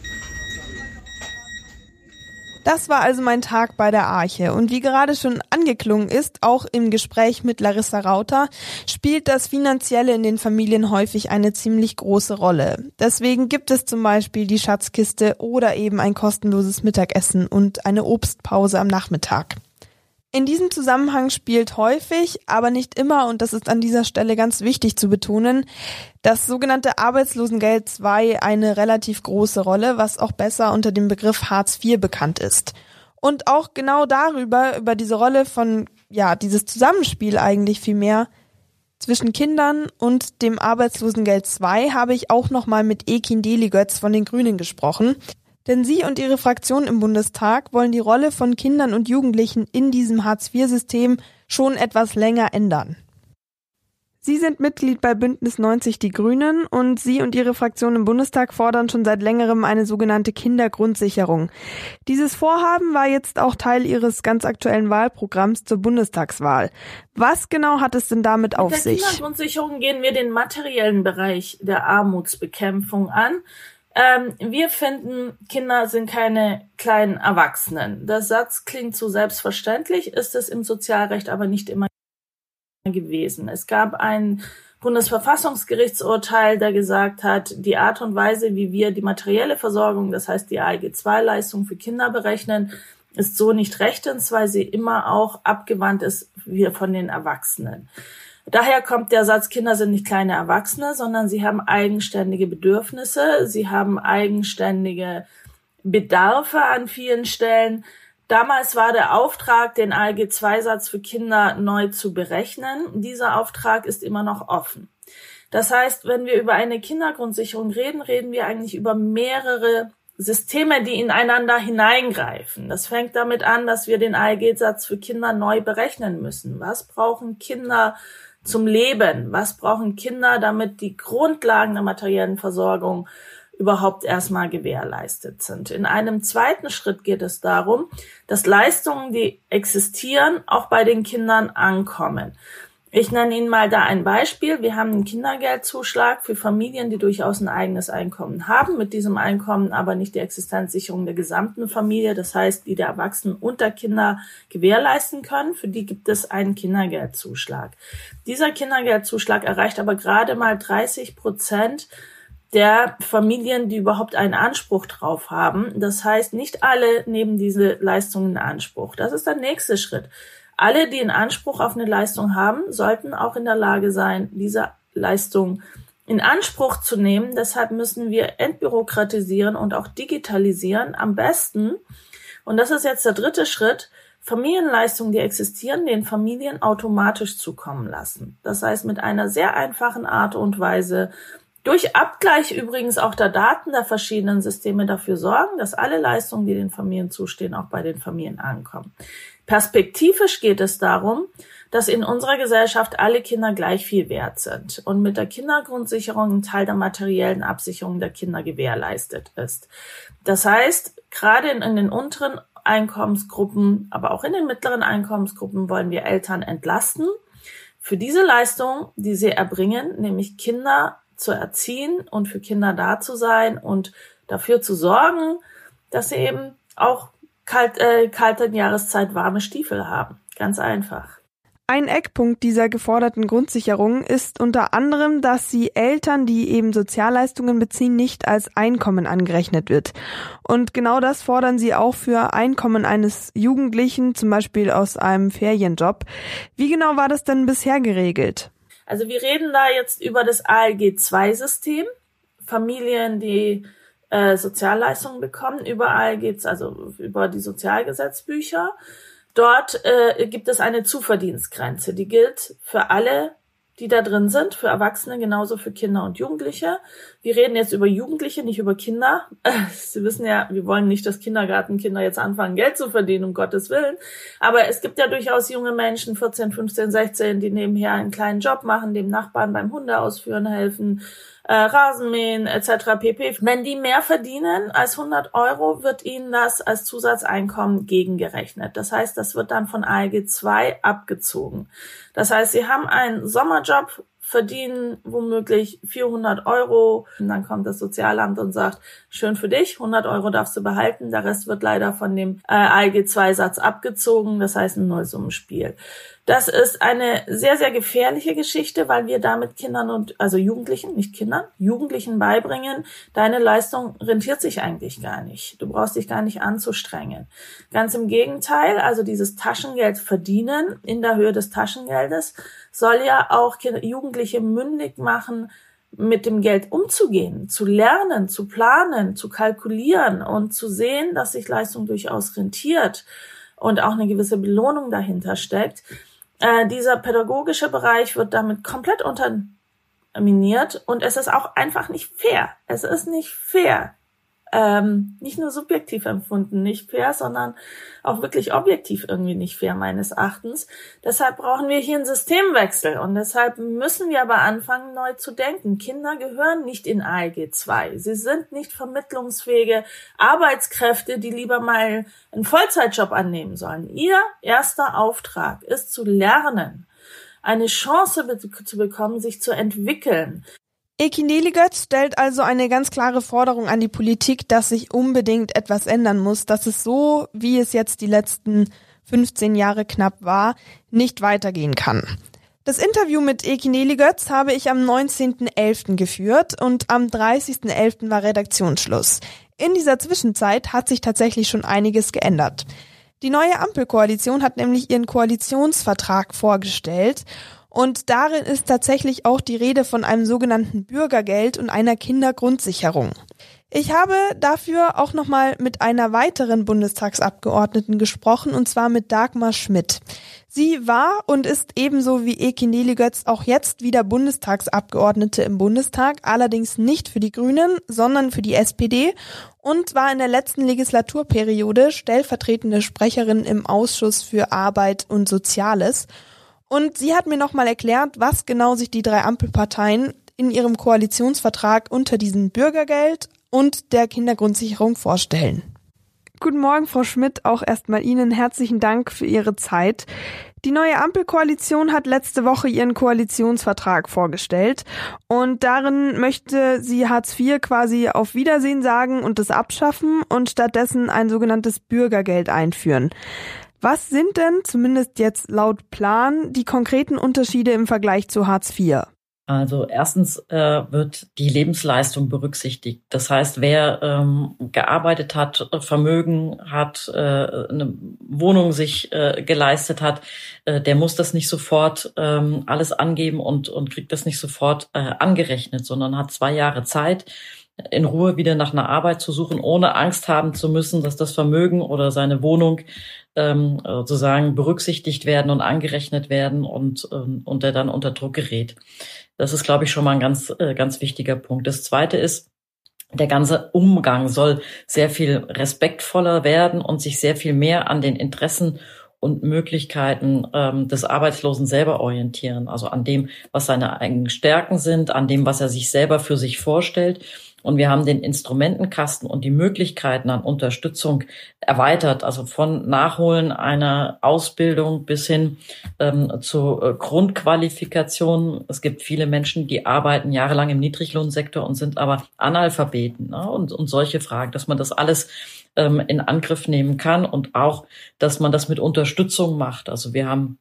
Das war also mein Tag bei der Arche und wie gerade schon angeklungen ist, auch im Gespräch mit Larissa Rauter, spielt das Finanzielle in den Familien häufig eine ziemlich große Rolle. Deswegen gibt es zum Beispiel die Schatzkiste oder eben ein kostenloses Mittagessen und eine Obstpause am Nachmittag. In diesem Zusammenhang spielt häufig, aber nicht immer, und das ist an dieser Stelle ganz wichtig zu betonen, das sogenannte Arbeitslosengeld zwei eine relativ große Rolle, was auch besser unter dem Begriff Hartz vier bekannt ist. Und auch genau darüber, über diese Rolle von, ja, dieses Zusammenspiel eigentlich vielmehr zwischen Kindern und dem Arbeitslosengeld zwei habe ich auch nochmal mit Ekin Deligötz von den Grünen gesprochen. Denn sie und ihre Fraktion im Bundestag wollen die Rolle von Kindern und Jugendlichen in diesem Hartz vier System schon etwas länger ändern. Sie sind Mitglied bei Bündnis neunzig Die Grünen und sie und ihre Fraktion im Bundestag fordern schon seit längerem eine sogenannte Kindergrundsicherung. Dieses Vorhaben war jetzt auch Teil ihres ganz aktuellen Wahlprogramms zur Bundestagswahl. Was genau hat es denn damit auf sich? Mit der Kindergrundsicherung gehen wir den materiellen Bereich der Armutsbekämpfung an. Ähm, wir finden, Kinder sind keine kleinen Erwachsenen. Der Satz klingt so selbstverständlich, ist es im Sozialrecht aber nicht immer gewesen. Es gab ein Bundesverfassungsgerichtsurteil, der gesagt hat, die Art und Weise, wie wir die materielle Versorgung, das heißt die A L G zwei Leistung für Kinder berechnen, ist so nicht rechtens, weil sie immer auch abgewandt ist wie von den Erwachsenen. Daher kommt der Satz, Kinder sind nicht kleine Erwachsene, sondern sie haben eigenständige Bedürfnisse, sie haben eigenständige Bedarfe an vielen Stellen. Damals war der Auftrag, den A L G zwei Satz für Kinder neu zu berechnen. Dieser Auftrag ist immer noch offen. Das heißt, wenn wir über eine Kindergrundsicherung reden, reden wir eigentlich über mehrere Systeme, die ineinander hineingreifen. Das fängt damit an, dass wir den A L G-Satz für Kinder neu berechnen müssen. Was brauchen Kinder zum Leben? Was brauchen Kinder, damit die Grundlagen der materiellen Versorgung überhaupt erstmal gewährleistet sind? In einem zweiten Schritt geht es darum, dass Leistungen, die existieren, auch bei den Kindern ankommen. Ich nenne Ihnen mal da ein Beispiel. Wir haben einen Kindergeldzuschlag für Familien, die durchaus ein eigenes Einkommen haben, mit diesem Einkommen aber nicht die Existenzsicherung der gesamten Familie, das heißt, die der Erwachsenen und der Kinder gewährleisten können. Für die gibt es einen Kindergeldzuschlag. Dieser Kindergeldzuschlag erreicht aber gerade mal dreißig Prozent der Familien, die überhaupt einen Anspruch drauf haben. Das heißt, nicht alle nehmen diese Leistungen in Anspruch. Das ist der nächste Schritt. Alle, die einen Anspruch auf eine Leistung haben, sollten auch in der Lage sein, diese Leistung in Anspruch zu nehmen. Deshalb müssen wir entbürokratisieren und auch digitalisieren. Am besten, und das ist jetzt der dritte Schritt, Familienleistungen, die existieren, den Familien automatisch zukommen lassen. Das heißt, mit einer sehr einfachen Art und Weise, durch Abgleich übrigens auch der Daten der verschiedenen Systeme dafür sorgen, dass alle Leistungen, die den Familien zustehen, auch bei den Familien ankommen. Perspektivisch geht es darum, dass in unserer Gesellschaft alle Kinder gleich viel wert sind und mit der Kindergrundsicherung ein Teil der materiellen Absicherung der Kinder gewährleistet ist. Das heißt, gerade in, in den unteren Einkommensgruppen, aber auch in den mittleren Einkommensgruppen wollen wir Eltern entlasten für diese Leistung, die sie erbringen, nämlich Kinder zu erziehen und für Kinder da zu sein und dafür zu sorgen, dass sie eben auch kalt, äh, kalten Jahreszeit warme Stiefel haben. Ganz einfach. Ein Eckpunkt dieser geforderten Grundsicherung ist unter anderem, dass sie Eltern, die eben Sozialleistungen beziehen, nicht als Einkommen angerechnet wird. Und genau das fordern sie auch für Einkommen eines Jugendlichen, zum Beispiel aus einem Ferienjob. Wie genau war das denn bisher geregelt? Also wir reden da jetzt über das A L G zwei System, Familien, die äh, Sozialleistungen bekommen, über A L G, also über die Sozialgesetzbücher. Dort äh, gibt es eine Zuverdienstgrenze, die gilt für alle, die da drin sind, für Erwachsene, genauso für Kinder und Jugendliche. Wir reden jetzt über Jugendliche, nicht über Kinder. Sie wissen ja, wir wollen nicht, dass Kindergartenkinder jetzt anfangen, Geld zu verdienen, um Gottes Willen. Aber es gibt ja durchaus junge Menschen, vierzehn, fünfzehn, sechzehn, die nebenher einen kleinen Job machen, dem Nachbarn beim Hundeausführen helfen, äh, Rasenmähen et cetera pp. Wenn die mehr verdienen als hundert Euro, wird ihnen das als Zusatzeinkommen gegengerechnet. Das heißt, das wird dann von A L G zwei abgezogen. Das heißt, sie haben einen Sommerjob, verdienen womöglich vierhundert Euro. Und dann kommt das Sozialamt und sagt, schön für dich, hundert Euro darfst du behalten. Der Rest wird leider von dem äh, A L G zwei Satz abgezogen. Das heißt, ein Nullsummenspiel. Das ist eine sehr, sehr gefährliche Geschichte, weil wir damit Kindern und, also Jugendlichen, nicht Kindern, Jugendlichen beibringen, deine Leistung rentiert sich eigentlich gar nicht. Du brauchst dich gar nicht anzustrengen. Ganz im Gegenteil, also dieses Taschengeld verdienen in der Höhe des Taschengeldes soll ja auch Jugendliche mündig machen, mit dem Geld umzugehen, zu lernen, zu planen, zu kalkulieren und zu sehen, dass sich Leistung durchaus rentiert und auch eine gewisse Belohnung dahinter steckt. Äh, dieser pädagogische Bereich wird damit komplett unterminiert und es ist auch einfach nicht fair. Es ist nicht fair. Ähm, nicht nur subjektiv empfunden nicht fair, sondern auch wirklich objektiv irgendwie nicht fair meines Erachtens. Deshalb brauchen wir hier einen Systemwechsel und deshalb müssen wir aber anfangen, neu zu denken. Kinder gehören nicht in A L G zwei. Sie sind nicht vermittlungsfähige Arbeitskräfte, die lieber mal einen Vollzeitjob annehmen sollen. Ihr erster Auftrag ist zu lernen, eine Chance be- zu bekommen, sich zu entwickeln. Eki Nelligöz stellt also eine ganz klare Forderung an die Politik, dass sich unbedingt etwas ändern muss, dass es so, wie es jetzt die letzten fünfzehn Jahre knapp war, nicht weitergehen kann. Das Interview mit Eki Nelligöz habe ich am neunzehnten elften geführt und am dreißigsten elften war Redaktionsschluss. In dieser Zwischenzeit hat sich tatsächlich schon einiges geändert. Die neue Ampelkoalition hat nämlich ihren Koalitionsvertrag vorgestellt. Und darin ist tatsächlich auch die Rede von einem sogenannten Bürgergeld und einer Kindergrundsicherung. Ich habe dafür auch nochmal mit einer weiteren Bundestagsabgeordneten gesprochen, und zwar mit Dagmar Schmidt. Sie war und ist ebenso wie Eki Nelligöz auch jetzt wieder Bundestagsabgeordnete im Bundestag, allerdings nicht für die Grünen, sondern für die S P D und war in der letzten Legislaturperiode stellvertretende Sprecherin im Ausschuss für Arbeit und Soziales. Und sie hat mir nochmal erklärt, was genau sich die drei Ampelparteien in ihrem Koalitionsvertrag unter diesem Bürgergeld und der Kindergrundsicherung vorstellen. Guten Morgen, Frau Schmidt. Auch erstmal Ihnen herzlichen Dank für Ihre Zeit. Die neue Ampelkoalition hat letzte Woche ihren Koalitionsvertrag vorgestellt und darin möchte sie Hartz vier quasi auf Wiedersehen sagen und es abschaffen und stattdessen ein sogenanntes Bürgergeld einführen. Was sind denn, zumindest jetzt laut Plan, die konkreten Unterschiede im Vergleich zu Hartz vier? Also erstens äh, wird die Lebensleistung berücksichtigt. Das heißt, wer ähm, gearbeitet hat, Vermögen hat, äh, eine Wohnung sich äh, geleistet hat, äh, der muss das nicht sofort ähm, alles angeben und, und kriegt das nicht sofort äh, angerechnet, sondern hat zwei Jahre Zeit, in Ruhe wieder nach einer Arbeit zu suchen, ohne Angst haben zu müssen, dass das Vermögen oder seine Wohnung ähm, sozusagen berücksichtigt werden und angerechnet werden und, ähm, und er dann unter Druck gerät. Das ist, glaube ich, schon mal ein ganz, äh, ganz wichtiger Punkt. Das Zweite ist, der ganze Umgang soll sehr viel respektvoller werden und sich sehr viel mehr an den Interessen und Möglichkeiten ähm, des Arbeitslosen selber orientieren. Also an dem, was seine eigenen Stärken sind, an dem, was er sich selber für sich vorstellt. Und wir haben den Instrumentenkasten und die Möglichkeiten an Unterstützung erweitert, also von Nachholen einer Ausbildung bis hin ähm, zu äh, Grundqualifikation. Es gibt viele Menschen, die arbeiten jahrelang im Niedriglohnsektor und sind aber Analphabeten, ne? und, und solche Fragen, dass man das alles ähm, in Angriff nehmen kann und auch, dass man das mit Unterstützung macht. Also wir haben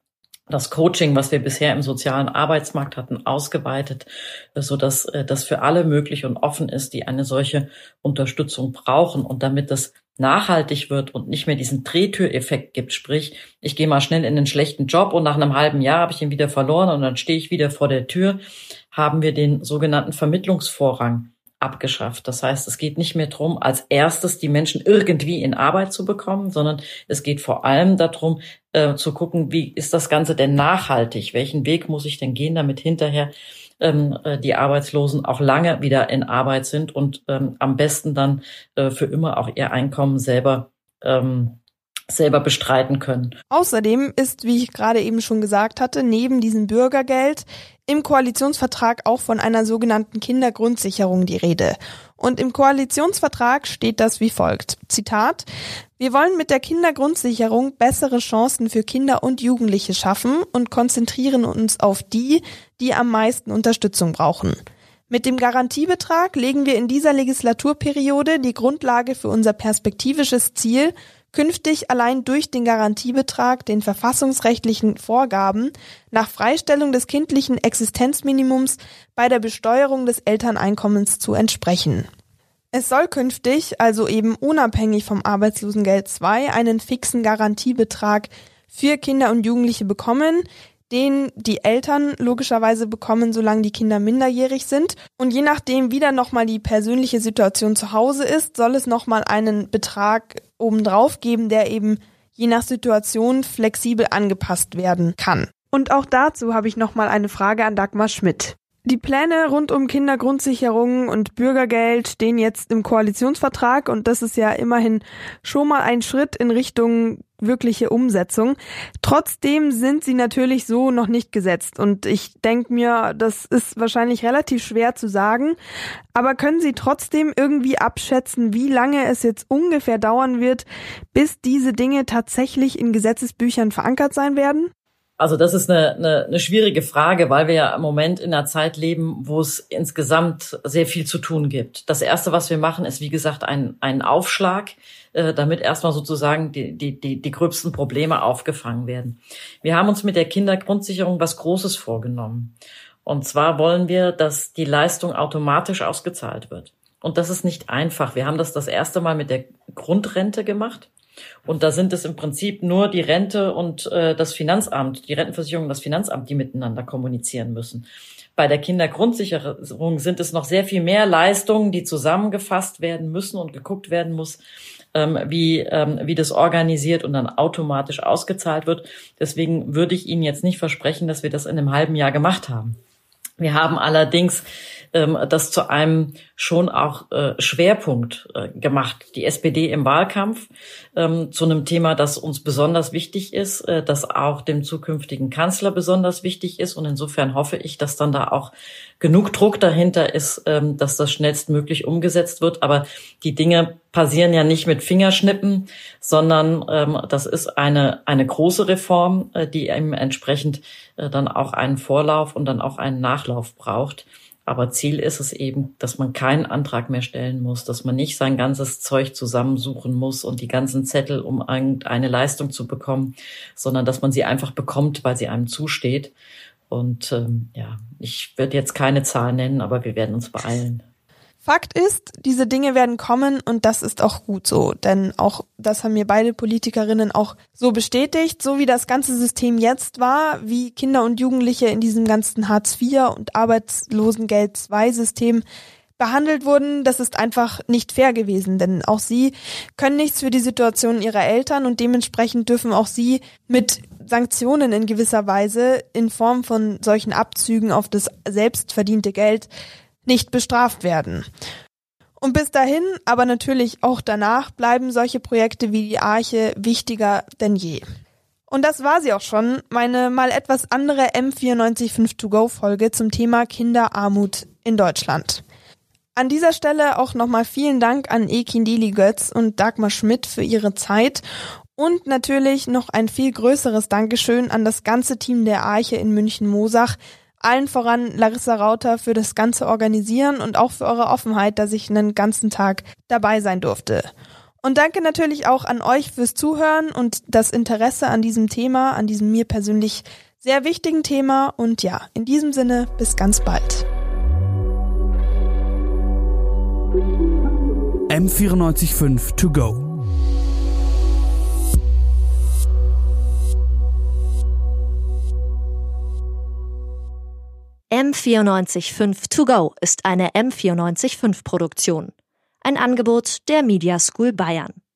das Coaching, was wir bisher im sozialen Arbeitsmarkt hatten, ausgeweitet, so dass das für alle möglich und offen ist, die eine solche Unterstützung brauchen. Und damit das nachhaltig wird und nicht mehr diesen Drehtüreffekt gibt, sprich, ich gehe mal schnell in einen schlechten Job und nach einem halben Jahr habe ich ihn wieder verloren und dann stehe ich wieder vor der Tür, haben wir den sogenannten Vermittlungsvorrang abgeschafft. Das heißt, es geht nicht mehr darum, als erstes die Menschen irgendwie in Arbeit zu bekommen, sondern es geht vor allem darum, äh, zu gucken, wie ist das Ganze denn nachhaltig? Welchen Weg muss ich denn gehen, damit hinterher ähm, die Arbeitslosen auch lange wieder in Arbeit sind und ähm, am besten dann äh, für immer auch ihr Einkommen selber ähm, selber bestreiten können. Außerdem ist, wie ich gerade eben schon gesagt hatte, neben diesem Bürgergeld im Koalitionsvertrag auch von einer sogenannten Kindergrundsicherung die Rede. Und im Koalitionsvertrag steht das wie folgt. Zitat: Wir wollen mit der Kindergrundsicherung bessere Chancen für Kinder und Jugendliche schaffen und konzentrieren uns auf die, die am meisten Unterstützung brauchen. Mit dem Garantiebetrag legen wir in dieser Legislaturperiode die Grundlage für unser perspektivisches Ziel, künftig allein durch den Garantiebetrag den verfassungsrechtlichen Vorgaben nach Freistellung des kindlichen Existenzminimums bei der Besteuerung des Elterneinkommens zu entsprechen. Es soll künftig, also eben unabhängig vom Arbeitslosengeld zwei, einen fixen Garantiebetrag für Kinder und Jugendliche bekommen, den die Eltern logischerweise bekommen, solange die Kinder minderjährig sind. Und je nachdem, wie dann nochmal die persönliche Situation zu Hause ist, soll es nochmal einen Betrag obendrauf geben, der eben je nach Situation flexibel angepasst werden kann. Und auch dazu habe ich nochmal eine Frage an Dagmar Schmidt. Die Pläne rund um Kindergrundsicherung und Bürgergeld stehen jetzt im Koalitionsvertrag und das ist ja immerhin schon mal ein Schritt in Richtung wirkliche Umsetzung. Trotzdem sind sie natürlich so noch nicht gesetzt und ich denke mir, das ist wahrscheinlich relativ schwer zu sagen, aber können Sie trotzdem irgendwie abschätzen, wie lange es jetzt ungefähr dauern wird, bis diese Dinge tatsächlich in Gesetzesbüchern verankert sein werden? Also das ist eine, eine, eine schwierige Frage, weil wir ja im Moment in einer Zeit leben, wo es insgesamt sehr viel zu tun gibt. Das Erste, was wir machen, ist wie gesagt ein, ein Aufschlag, äh, damit erstmal sozusagen die, die, die, die gröbsten Probleme aufgefangen werden. Wir haben uns mit der Kindergrundsicherung was Großes vorgenommen. Und zwar wollen wir, dass die Leistung automatisch ausgezahlt wird. Und das ist nicht einfach. Wir haben das das erste Mal mit der Grundrente gemacht. Und da sind es im Prinzip nur die Rente und äh, das Finanzamt, die Rentenversicherung und das Finanzamt, die miteinander kommunizieren müssen. Bei der Kindergrundsicherung sind es noch sehr viel mehr Leistungen, die zusammengefasst werden müssen und geguckt werden muss, ähm, wie ähm, wie das organisiert und dann automatisch ausgezahlt wird. Deswegen würde ich Ihnen jetzt nicht versprechen, dass wir das in einem halben Jahr gemacht haben. Wir haben allerdings ähm, das zu einem schon auch äh, Schwerpunkt äh, gemacht. Die S P D im Wahlkampf ähm, zu einem Thema, das uns besonders wichtig ist, äh, das auch dem zukünftigen Kanzler besonders wichtig ist. Und insofern hoffe ich, dass dann da auch genug Druck dahinter ist, ähm, dass das schnellstmöglich umgesetzt wird. Aber die Dinge passieren ja nicht mit Fingerschnippen, sondern ähm, das ist eine eine große Reform, äh, die eben entsprechend äh, dann auch einen Vorlauf und dann auch einen Nachlauf braucht. Aber Ziel ist es eben, dass man keinen Antrag mehr stellen muss, dass man nicht sein ganzes Zeug zusammensuchen muss und die ganzen Zettel, um eine Leistung zu bekommen, sondern dass man sie einfach bekommt, weil sie einem zusteht. Und ähm, ja, ich würde jetzt keine Zahl nennen, aber wir werden uns beeilen. Fakt ist, diese Dinge werden kommen und das ist auch gut so, denn auch das haben mir beide Politikerinnen auch so bestätigt, so wie das ganze System jetzt war, wie Kinder und Jugendliche in diesem ganzen Hartz vier und Arbeitslosengeld zwei System behandelt wurden, das ist einfach nicht fair gewesen, denn auch sie können nichts für die Situation ihrer Eltern und dementsprechend dürfen auch sie mit Sanktionen in gewisser Weise in Form von solchen Abzügen auf das selbst verdiente Geld nicht bestraft werden. Und bis dahin, aber natürlich auch danach, bleiben solche Projekte wie die Arche wichtiger denn je. Und das war sie auch schon, meine mal etwas andere M vierundneunzig Komma fünf To Go Folge zum Thema Kinderarmut in Deutschland. An dieser Stelle auch nochmal vielen Dank an Ekin Deli-Götz und Dagmar Schmidt für ihre Zeit und natürlich noch ein viel größeres Dankeschön an das ganze Team der Arche in München-Mosach, allen voran Larissa Rauter für das ganze Organisieren und auch für eure Offenheit, dass ich einen ganzen Tag dabei sein durfte. Und danke natürlich auch an euch fürs Zuhören und das Interesse an diesem Thema, an diesem mir persönlich sehr wichtigen Thema und ja, in diesem Sinne, bis ganz bald. M vierundneunzig Komma fünf to go. M vierundneunzig Komma fünf to go ist eine M vierundneunzig Komma fünf Produktion. Ein Angebot der Media School Bayern.